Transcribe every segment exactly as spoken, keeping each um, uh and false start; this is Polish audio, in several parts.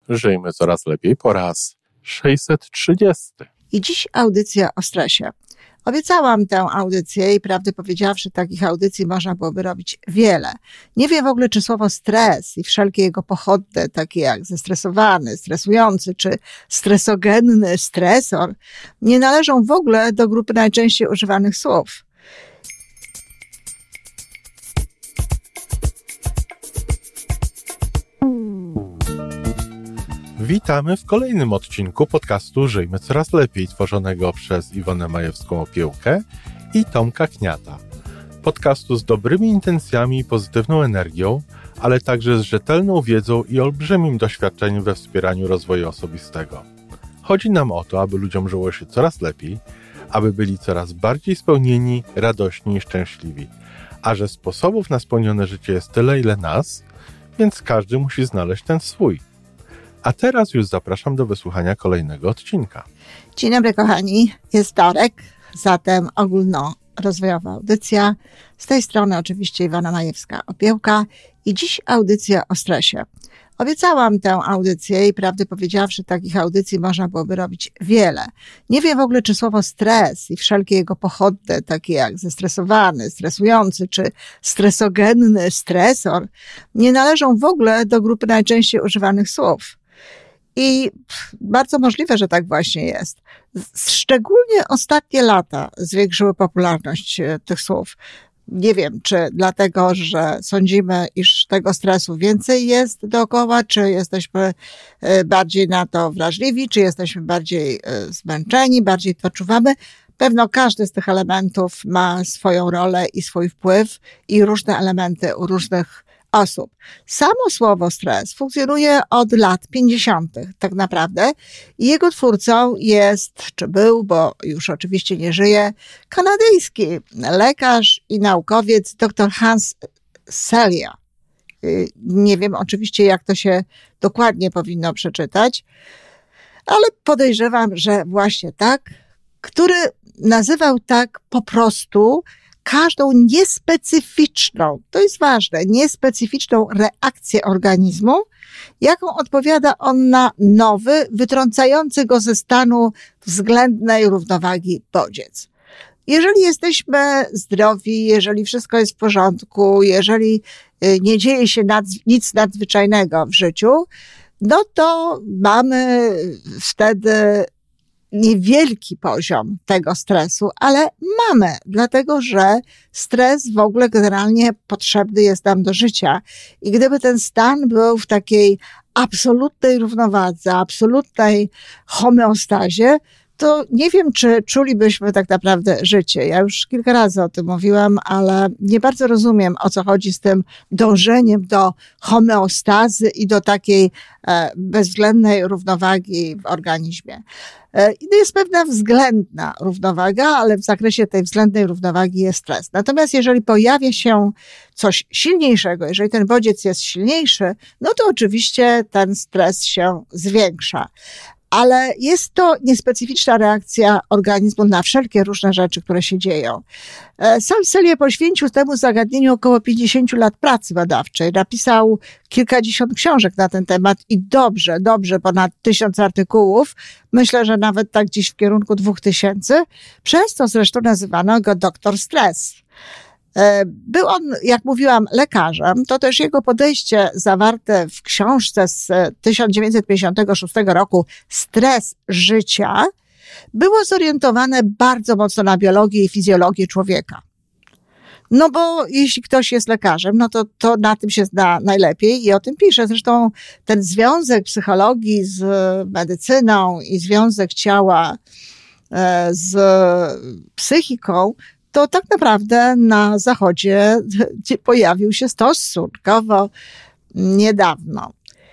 Żyjmy coraz lepiej po raz sześćset trzydziesty. I dziś audycja o stresie. Obiecałam tę audycję i prawdę powiedziawszy, takich audycji można byłoby robić wiele. Nie wiem w ogóle, czy słowo stres i wszelkie jego pochodne, takie jak zestresowany, stresujący, czy stresogenny, stresor, nie należą w ogóle do grupy najczęściej używanych słów. Witamy w kolejnym odcinku podcastu Żyjmy Coraz Lepiej, tworzonego przez Iwonę Majewską-Opiełkę i Tomka Kniata. Podcastu z dobrymi intencjami i pozytywną energią, ale także z rzetelną wiedzą i olbrzymim doświadczeniem we wspieraniu rozwoju osobistego. Chodzi nam o to, aby ludziom żyło się coraz lepiej, aby byli coraz bardziej spełnieni, radośni i szczęśliwi. A że sposobów na spełnione życie jest tyle, ile nas, więc każdy musi znaleźć ten swój. A teraz już zapraszam do wysłuchania kolejnego odcinka. Dzień dobry kochani, jest wtorek, zatem ogólnorozwojowa audycja. Z tej strony oczywiście Iwona Majewska-Opiełka i dziś audycja o stresie. Obiecałam tę audycję i prawdę powiedziawszy, takich audycji można byłoby robić wiele. Nie wiem w ogóle, czy słowo stres i wszelkie jego pochodne, takie jak zestresowany, stresujący, czy stresogenny, stresor, nie należą w ogóle do grupy najczęściej używanych słów. I bardzo możliwe, że tak właśnie jest. Szczególnie ostatnie lata zwiększyły popularność tych słów. Nie wiem, czy dlatego, że sądzimy, iż tego stresu więcej jest dookoła, czy jesteśmy bardziej na to wrażliwi, czy jesteśmy bardziej zmęczeni, bardziej to czuwamy. Pewno każdy z tych elementów ma swoją rolę i swój wpływ i różne elementy u różnych osób. Samo słowo stres funkcjonuje od lat pięćdziesiątych tak naprawdę i jego twórcą jest, czy był, bo już oczywiście nie żyje, kanadyjski lekarz i naukowiec dr Hans Selye. Nie wiem oczywiście, jak to się dokładnie powinno przeczytać, ale podejrzewam, że właśnie tak, który nazywał tak po prostu każdą niespecyficzną, to jest ważne, niespecyficzną reakcję organizmu, jaką odpowiada on na nowy, wytrącający go ze stanu względnej równowagi bodziec. Jeżeli jesteśmy zdrowi, jeżeli wszystko jest w porządku, jeżeli nie dzieje się nad, nic nadzwyczajnego w życiu, no to mamy wtedy niewielki poziom tego stresu, ale mamy, dlatego że stres w ogóle generalnie potrzebny jest nam do życia. I gdyby ten stan był w takiej absolutnej równowadze, absolutnej homeostazie, to nie wiem, czy czulibyśmy tak naprawdę życie. Ja już kilka razy o tym mówiłam, ale nie bardzo rozumiem, o co chodzi z tym dążeniem do homeostazy i do takiej bezwzględnej równowagi w organizmie. Jest pewna względna równowaga, ale w zakresie tej względnej równowagi jest stres. Natomiast jeżeli pojawia się coś silniejszego, jeżeli ten bodziec jest silniejszy, no to oczywiście ten stres się zwiększa. Ale jest to niespecyficzna reakcja organizmu na wszelkie różne rzeczy, które się dzieją. Sam Selye poświęcił temu zagadnieniu około pięćdziesiąt lat pracy badawczej. Napisał kilkadziesiąt książek na ten temat i dobrze, dobrze, ponad tysiąc artykułów. Myślę, że nawet tak gdzieś w kierunku dwóch tysięcy. Przez to zresztą nazywano go doktor stres. Był on, jak mówiłam, lekarzem. To też jego podejście zawarte w książce z tysiąc dziewięćset pięćdziesiątego szóstego roku Stres życia było zorientowane bardzo mocno na biologię i fizjologię człowieka. No bo jeśli ktoś jest lekarzem, no to, to na tym się zna najlepiej i o tym pisze. Zresztą ten związek psychologii z medycyną i związek ciała z psychiką, to tak naprawdę na Zachodzie pojawił się stosunkowo niedawno.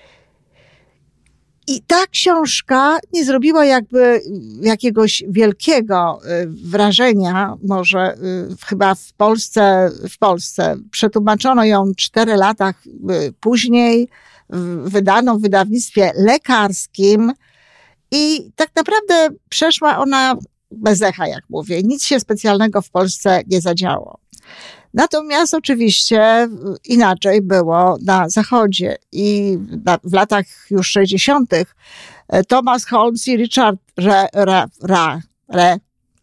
I ta książka nie zrobiła jakby jakiegoś wielkiego wrażenia, może chyba w Polsce, w Polsce. Przetłumaczono ją cztery lata później, wydano w wydawnictwie lekarskim i tak naprawdę przeszła ona bez echa, jak mówię. Nic się specjalnego w Polsce nie zadziało. Natomiast oczywiście inaczej było na Zachodzie i na, w latach już sześćdziesiątych Thomas Holmes i Richard Re, Re, Re, Re,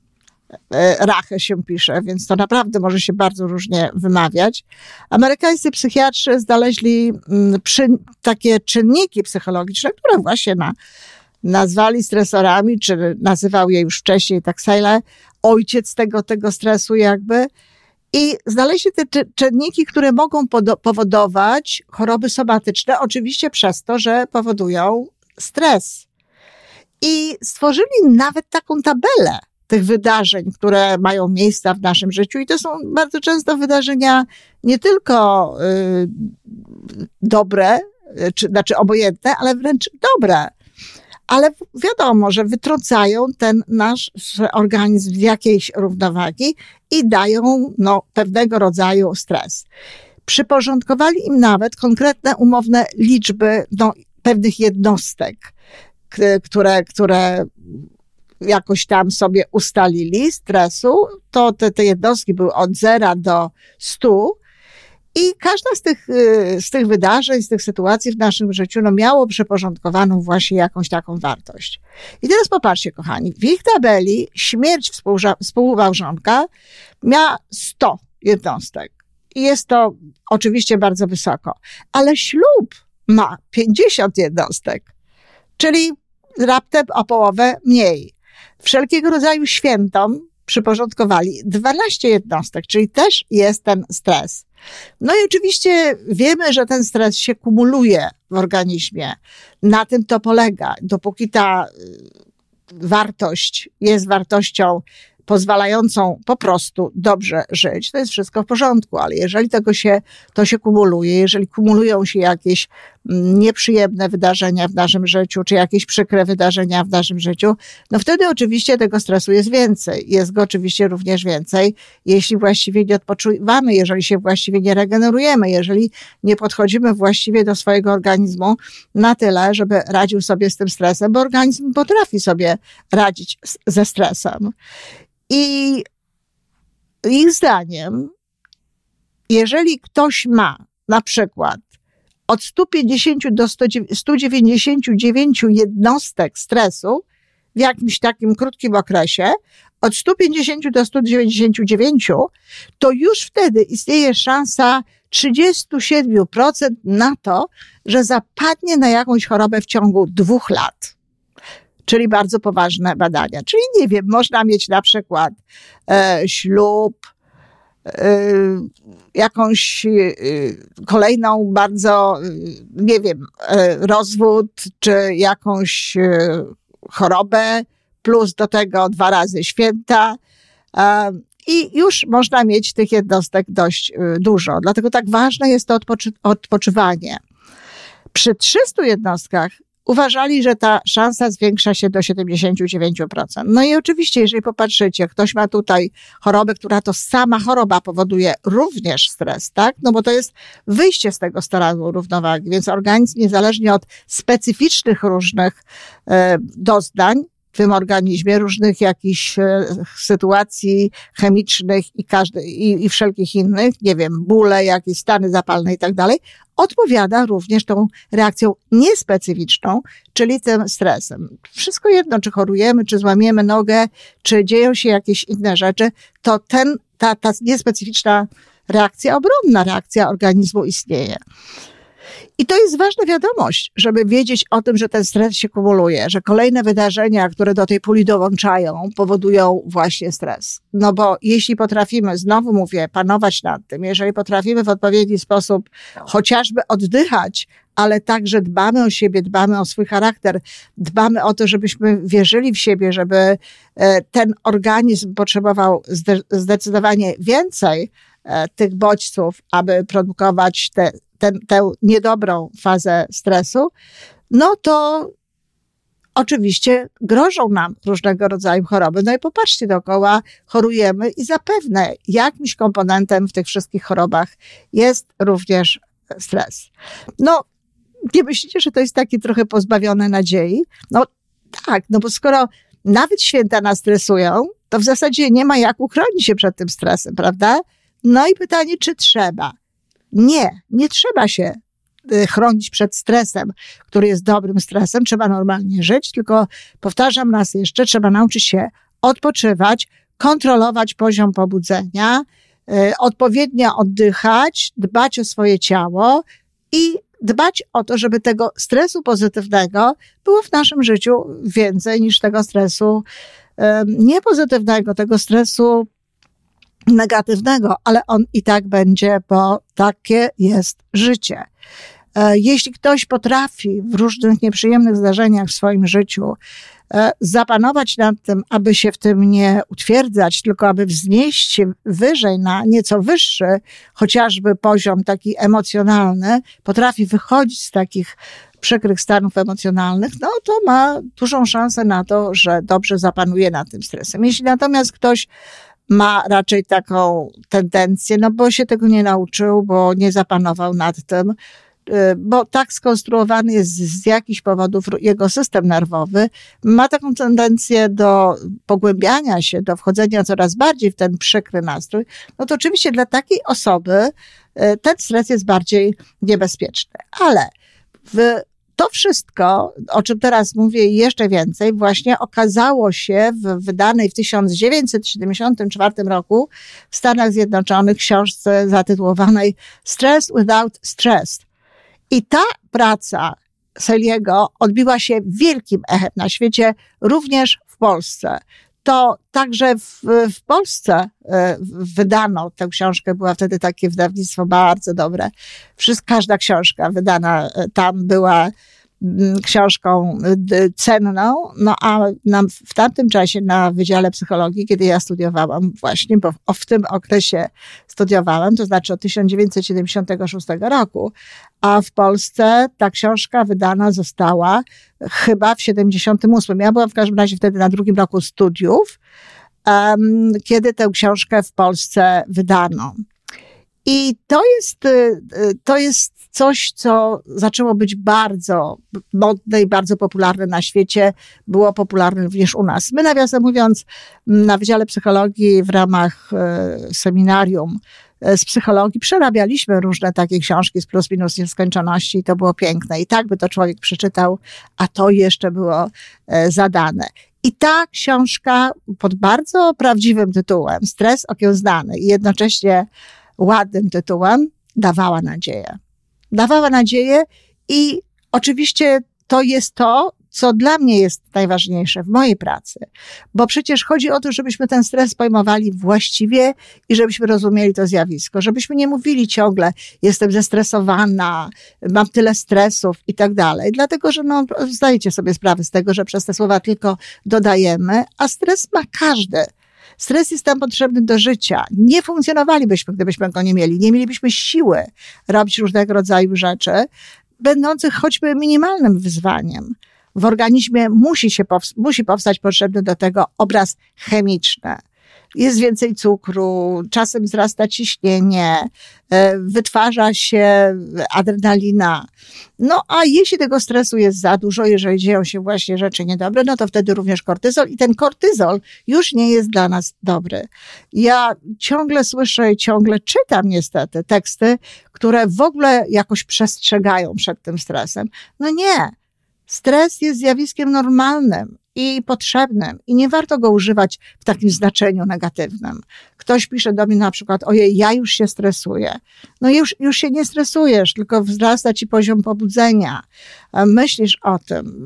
Rache się pisze, więc to naprawdę może się bardzo różnie wymawiać. Amerykańscy psychiatrzy znaleźli przy, takie czynniki psychologiczne, które właśnie na, nazwali stresorami, czy nazywał je już wcześniej tak Seyle, ojciec tego, tego stresu jakby. I znaleźli te czynniki, które mogą powodować choroby somatyczne, oczywiście przez to, że powodują stres. I stworzyli nawet taką tabelę tych wydarzeń, które mają miejsce w naszym życiu i to są bardzo często wydarzenia nie tylko y, dobre, czy, znaczy obojętne, ale wręcz dobre. Ale wiadomo, że wytrącają ten nasz organizm z jakiejś równowagi i dają no, pewnego rodzaju stres. Przyporządkowali im nawet konkretne umowne liczby no, pewnych jednostek, które, które jakoś tam sobie ustalili stresu. To te, te jednostki były od zera do stu. I każda z tych, z tych wydarzeń, z tych sytuacji w naszym życiu, no miało przyporządkowaną właśnie jakąś taką wartość. I teraz popatrzcie, kochani, w ich tabeli śmierć współmałżonka miała sto jednostek. I jest to oczywiście bardzo wysoko. Ale ślub ma pięćdziesiąt jednostek, czyli raptem o połowę mniej. Wszelkiego rodzaju świętom przyporządkowali dwanaście jednostek, czyli też jest ten stres. No i oczywiście wiemy, że ten stres się kumuluje w organizmie. Na tym to polega. Dopóki ta wartość jest wartością pozwalającą po prostu dobrze żyć, to jest wszystko w porządku, ale jeżeli tego się, to się kumuluje, jeżeli kumulują się jakieś nieprzyjemne wydarzenia w naszym życiu, czy jakieś przykre wydarzenia w naszym życiu, no wtedy oczywiście tego stresu jest więcej. Jest go oczywiście również więcej, jeśli właściwie nie odpoczywamy, jeżeli się właściwie nie regenerujemy, jeżeli nie podchodzimy właściwie do swojego organizmu na tyle, żeby radził sobie z tym stresem, bo organizm potrafi sobie radzić ze stresem. I ich zdaniem, jeżeli ktoś ma na przykład od stu pięćdziesięciu do stu dziewięćdziesięciu dziewięciu jednostek stresu w jakimś takim krótkim okresie, od stu pięćdziesięciu do stu dziewięćdziesięciu dziewięciu, to już wtedy istnieje szansa trzydzieści siedem procent na to, że zapadnie na jakąś chorobę w ciągu dwóch lat. Czyli bardzo poważne badania. Czyli nie wiem, można mieć na przykład e, ślub, e, jakąś e, kolejną bardzo, e, nie wiem, e, rozwód, czy jakąś e, chorobę, plus do tego dwa razy święta. E, I już można mieć tych jednostek dość e, dużo. Dlatego tak ważne jest to odpoczy- odpoczywanie. Przy trzystu jednostkach uważali, że ta szansa zwiększa się do siedemdziesiąt dziewięć procent. No i oczywiście, jeżeli popatrzycie, ktoś ma tutaj chorobę, która to sama choroba powoduje również stres, tak? No bo to jest wyjście z tego stanu równowagi, więc organizm niezależnie od specyficznych różnych e, doznań w tym organizmie, różnych jakichś e, sytuacji chemicznych i, każdy, i, i wszelkich innych, nie wiem, bóle, jakieś stany zapalne i tak dalej, odpowiada również tą reakcją niespecyficzną, czyli tym stresem. Wszystko jedno, czy chorujemy, czy złamiemy nogę, czy dzieją się jakieś inne rzeczy, to ten, ta, ta niespecyficzna reakcja, obronna reakcja organizmu istnieje. I to jest ważna wiadomość, żeby wiedzieć o tym, że ten stres się kumuluje, że kolejne wydarzenia, które do tej puli dołączają, powodują właśnie stres. No bo jeśli potrafimy, znowu mówię, panować nad tym, jeżeli potrafimy w odpowiedni sposób chociażby oddychać, ale także dbamy o siebie, dbamy o swój charakter, dbamy o to, żebyśmy wierzyli w siebie, żeby ten organizm potrzebował zdecydowanie więcej tych bodźców, aby produkować te Ten, tę niedobrą fazę stresu, no to oczywiście grożą nam różnego rodzaju choroby. No i popatrzcie dookoła, chorujemy i zapewne jakimś komponentem w tych wszystkich chorobach jest również stres. No, nie myślicie, że to jest takie trochę pozbawione nadziei? No tak, no bo skoro nawet święta nas stresują, to w zasadzie nie ma jak uchronić się przed tym stresem, prawda? No i pytanie, czy trzeba? Nie, nie trzeba się chronić przed stresem, który jest dobrym stresem. Trzeba normalnie żyć, tylko powtarzam raz jeszcze, trzeba nauczyć się odpoczywać, kontrolować poziom pobudzenia, y, odpowiednio oddychać, dbać o swoje ciało i dbać o to, żeby tego stresu pozytywnego było w naszym życiu więcej niż tego stresu y, niepozytywnego, tego stresu negatywnego, ale on i tak będzie, bo takie jest życie. Jeśli ktoś potrafi w różnych nieprzyjemnych zdarzeniach w swoim życiu zapanować nad tym, aby się w tym nie utwierdzać, tylko aby wznieść się wyżej na nieco wyższy, chociażby poziom taki emocjonalny, potrafi wychodzić z takich przykrych stanów emocjonalnych, no to ma dużą szansę na to, że dobrze zapanuje nad tym stresem. Jeśli natomiast ktoś ma raczej taką tendencję, no bo się tego nie nauczył, bo nie zapanował nad tym, bo tak skonstruowany jest z jakichś powodów jego system nerwowy, ma taką tendencję do pogłębiania się, do wchodzenia coraz bardziej w ten przykry nastrój, no to oczywiście dla takiej osoby ten stres jest bardziej niebezpieczny. Ale w to wszystko, o czym teraz mówię i jeszcze więcej, właśnie okazało się w wydanej w tysiąc dziewięćset siedemdziesiątym czwartym roku w Stanach Zjednoczonych książce zatytułowanej Stress Without Stress. I ta praca Seliego odbiła się wielkim echem na świecie, również w Polsce. To także w, w Polsce wydano tę książkę, była wtedy takie wydawnictwo bardzo dobre. Wszystko, każda książka wydana tam była książką cenną, no a nam w tamtym czasie na Wydziale Psychologii, kiedy ja studiowałam właśnie, bo w tym okresie studiowałam, to znaczy od tysiąc dziewięćset siedemdziesiątego szóstego roku, a w Polsce ta książka wydana została chyba w siedemdziesiątym ósmym. Ja byłam w każdym razie wtedy na drugim roku studiów, um, kiedy tę książkę w Polsce wydano. I to jest, to jest coś, co zaczęło być bardzo modne i bardzo popularne na świecie, było popularne również u nas. My, nawiasem mówiąc, na Wydziale Psychologii w ramach seminarium z psychologii przerabialiśmy różne takie książki z plus minus nieskończoności i to było piękne. I tak by to człowiek przeczytał, a to jeszcze było zadane. I ta książka pod bardzo prawdziwym tytułem, Stres okiełznany i jednocześnie ładnym tytułem, dawała nadzieję. Dawała nadzieję i oczywiście to jest to, co dla mnie jest najważniejsze w mojej pracy. Bo przecież chodzi o to, żebyśmy ten stres pojmowali właściwie i żebyśmy rozumieli to zjawisko. Żebyśmy nie mówili ciągle, jestem zestresowana, mam tyle stresów i tak dalej. Dlatego, że no, zdajecie sobie sprawę z tego, że przez te słowa tylko dodajemy, a stres ma każdy. Stres jest nam potrzebny do życia. Nie funkcjonowalibyśmy, gdybyśmy go nie mieli. Nie mielibyśmy siły robić różnego rodzaju rzeczy, będących choćby minimalnym wyzwaniem. W organizmie musi się powst- musi powstać potrzebny do tego obraz chemiczny. Jest więcej cukru, czasem wzrasta ciśnienie, wytwarza się adrenalina. No a jeśli tego stresu jest za dużo, jeżeli dzieją się właśnie rzeczy niedobre, no to wtedy również kortyzol i ten kortyzol już nie jest dla nas dobry. Ja ciągle słyszę i ciągle czytam niestety teksty, które w ogóle jakoś przestrzegają przed tym stresem. No nie. Stres jest zjawiskiem normalnym i potrzebnym i nie warto go używać w takim znaczeniu negatywnym. Ktoś pisze do mnie na przykład, ojej, ja już się stresuję. No już, już się nie stresujesz, tylko wzrasta ci poziom pobudzenia. Myślisz o tym.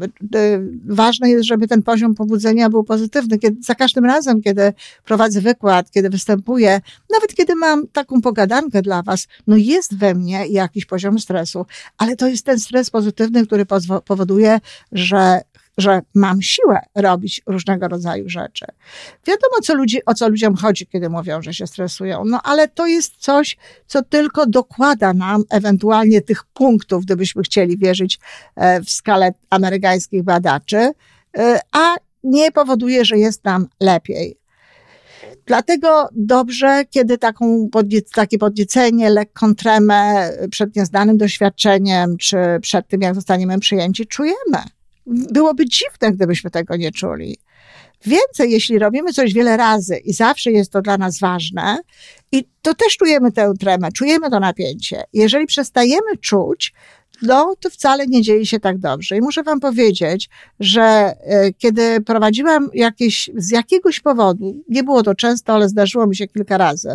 Ważne jest, żeby ten poziom pobudzenia był pozytywny. Kiedy, za każdym razem, kiedy prowadzę wykład, kiedy występuję, nawet kiedy mam taką pogadankę dla was, no jest we mnie jakiś poziom stresu, ale to jest ten stres pozytywny, który pozwo- powoduje, że że mam siłę robić różnego rodzaju rzeczy. Wiadomo, co ludzi, o co ludziom chodzi, kiedy mówią, że się stresują, no ale to jest coś, co tylko dokłada nam ewentualnie tych punktów, gdybyśmy chcieli wierzyć w skalę amerykańskich badaczy, a nie powoduje, że jest nam lepiej. Dlatego dobrze, kiedy taką podnie, takie podniecenie, lekką tremę przed nieznanym doświadczeniem, czy przed tym, jak zostaniemy przyjęci, czujemy. byłoby dziwne, gdybyśmy tego nie czuli. Więcej, jeśli robimy coś wiele razy i zawsze jest to dla nas ważne, i to też czujemy tę tremę, czujemy to napięcie. Jeżeli przestajemy czuć, no to wcale nie dzieje się tak dobrze. I muszę wam powiedzieć, że e, kiedy prowadziłam jakieś, z jakiegoś powodu, nie było to często, ale zdarzyło mi się kilka razy,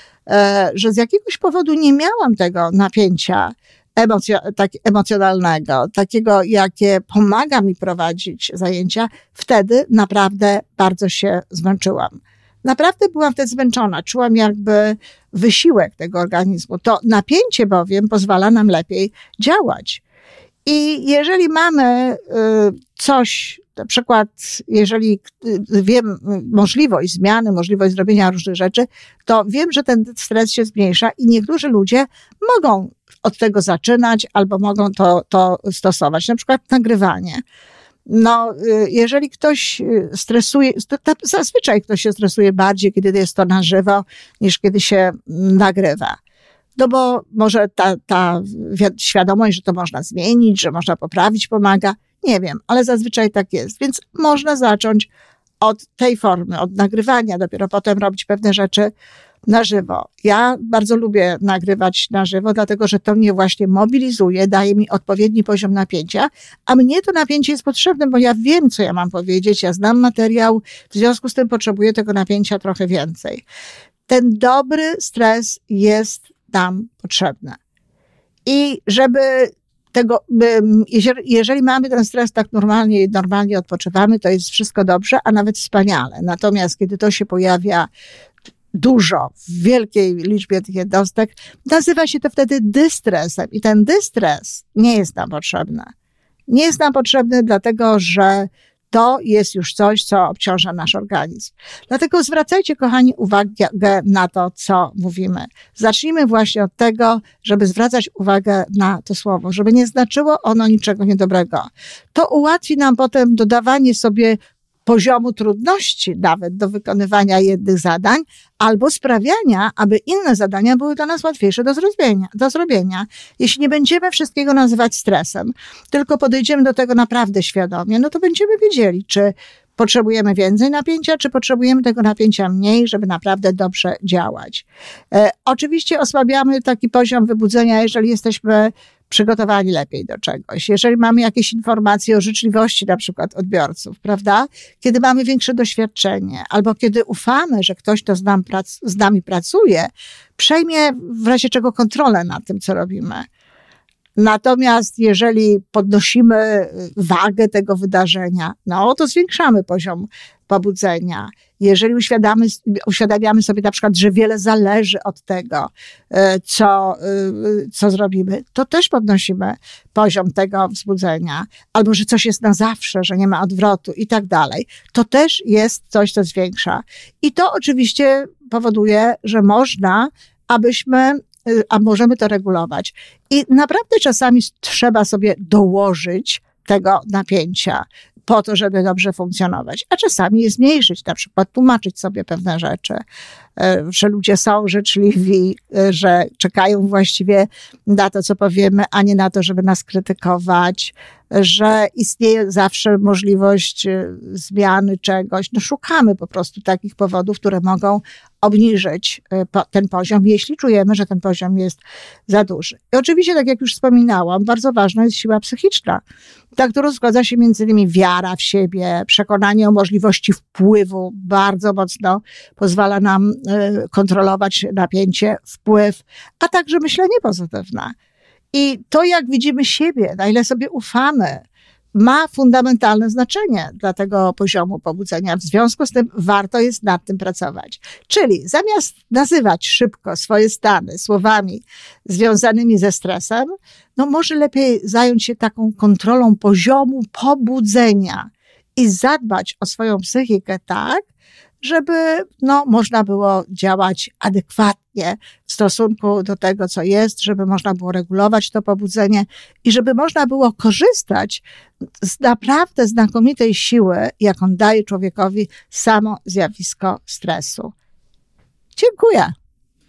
e, że z jakiegoś powodu nie miałam tego napięcia emocjo- tak, emocjonalnego, takiego, jakie pomaga mi prowadzić zajęcia, wtedy naprawdę bardzo się zmęczyłam. Naprawdę byłam wtedy zmęczona, czułam jakby wysiłek tego organizmu. To napięcie bowiem pozwala nam lepiej działać. I jeżeli mamy coś, na przykład jeżeli wiem możliwość zmiany, możliwość zrobienia różnych rzeczy, to wiem, że ten stres się zmniejsza i niektórzy ludzie mogą od tego zaczynać albo mogą to, to stosować. Na przykład nagrywanie. No, jeżeli ktoś stresuje, zazwyczaj ktoś się stresuje bardziej, kiedy jest to na żywo, niż kiedy się nagrywa. No bo może ta, ta świadomość, że to można zmienić, że można poprawić, pomaga. Nie wiem, ale zazwyczaj tak jest. Więc można zacząć od tej formy, od nagrywania, dopiero potem robić pewne rzeczy na żywo. Ja bardzo lubię nagrywać na żywo, dlatego że to mnie właśnie mobilizuje, daje mi odpowiedni poziom napięcia, a mnie to napięcie jest potrzebne, bo ja wiem, co ja mam powiedzieć, ja znam materiał, w związku z tym potrzebuję tego napięcia trochę więcej. Ten dobry stres jest nam potrzebny. I żeby tego, jeżeli, jeżeli mamy ten stres tak normalnie i normalnie odpoczywamy, to jest wszystko dobrze, a nawet wspaniale. Natomiast kiedy to się pojawia dużo, w wielkiej liczbie tych jednostek, nazywa się to wtedy dystresem. I ten dystres nie jest nam potrzebny. Nie jest nam potrzebny dlatego, że to jest już coś, co obciąża nasz organizm. Dlatego zwracajcie, kochani, uwagę na to, co mówimy. Zacznijmy właśnie od tego, żeby zwracać uwagę na to słowo, żeby nie znaczyło ono niczego niedobrego. To ułatwi nam potem dodawanie sobie poziomu trudności nawet do wykonywania jednych zadań, albo sprawiania, aby inne zadania były dla nas łatwiejsze do zrobienia, do zrobienia. Jeśli nie będziemy wszystkiego nazywać stresem, tylko podejdziemy do tego naprawdę świadomie, no to będziemy wiedzieli, czy potrzebujemy więcej napięcia, czy potrzebujemy tego napięcia mniej, żeby naprawdę dobrze działać. E, oczywiście osłabiamy taki poziom wybudzenia, jeżeli jesteśmy przygotowani lepiej do czegoś. Jeżeli mamy jakieś informacje o życzliwości na przykład odbiorców, prawda? Kiedy mamy większe doświadczenie, albo kiedy ufamy, że ktoś, kto z, nam prac, z nami pracuje, przejmie w razie czego kontrolę nad tym, co robimy. Natomiast jeżeli podnosimy wagę tego wydarzenia, no to zwiększamy poziom pobudzenia. Jeżeli uświadamy, uświadamiamy sobie na przykład, że wiele zależy od tego, co, co zrobimy, to też podnosimy poziom tego wzbudzenia. Albo, że coś jest na zawsze, że nie ma odwrotu i tak dalej. To też jest coś, co zwiększa. I to oczywiście powoduje, że można, abyśmy a możemy to regulować. I naprawdę czasami trzeba sobie dołożyć tego napięcia po to, żeby dobrze funkcjonować. A czasami je zmniejszyć, na przykład tłumaczyć sobie pewne rzeczy, że ludzie są życzliwi, że czekają właściwie na to, co powiemy, a nie na to, żeby nas krytykować, że istnieje zawsze możliwość zmiany czegoś. No szukamy po prostu takich powodów, które mogą obniżyć ten poziom, jeśli czujemy, że ten poziom jest za duży. I oczywiście, tak jak już wspominałam, bardzo ważna jest siła psychiczna, na którą składa się między innymi wiara w siebie, przekonanie o możliwości wpływu, bardzo mocno pozwala nam kontrolować napięcie, wpływ, a także myślenie pozytywne. I to, jak widzimy siebie, na ile sobie ufamy, ma fundamentalne znaczenie dla tego poziomu pobudzenia. W związku z tym warto jest nad tym pracować. Czyli zamiast nazywać szybko swoje stany słowami związanymi ze stresem, no może lepiej zająć się taką kontrolą poziomu pobudzenia i zadbać o swoją psychikę tak, żeby no, można było działać adekwatnie w stosunku do tego, co jest, żeby można było regulować to pobudzenie i żeby można było korzystać z naprawdę znakomitej siły, jaką daje człowiekowi samo zjawisko stresu. Dziękuję.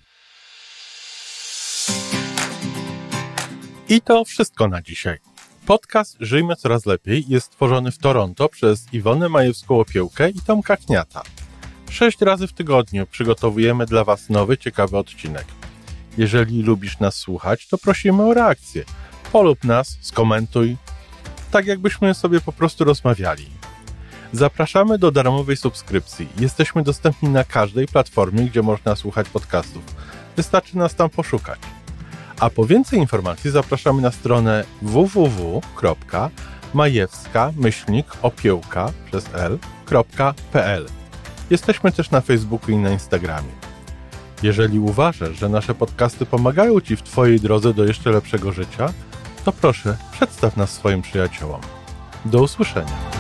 I to wszystko na dzisiaj. Podcast Żyjmy Coraz Lepiej jest stworzony w Toronto przez Iwonę Majewską-Opiełkę i Tomka Kniata. Sześć razy w tygodniu przygotowujemy dla Was nowy, ciekawy odcinek. Jeżeli lubisz nas słuchać, to prosimy o reakcję. Polub nas, skomentuj, tak jakbyśmy sobie po prostu rozmawiali. Zapraszamy do darmowej subskrypcji. Jesteśmy dostępni na każdej platformie, gdzie można słuchać podcastów. Wystarczy nas tam poszukać. A po więcej informacji zapraszamy na stronę w w w kropka majewska myślnik opiełka przez l kropka p l. Jesteśmy też na Facebooku i na Instagramie. Jeżeli uważasz, że nasze podcasty pomagają Ci w Twojej drodze do jeszcze lepszego życia, to proszę, przedstaw nas swoim przyjaciołom. Do usłyszenia.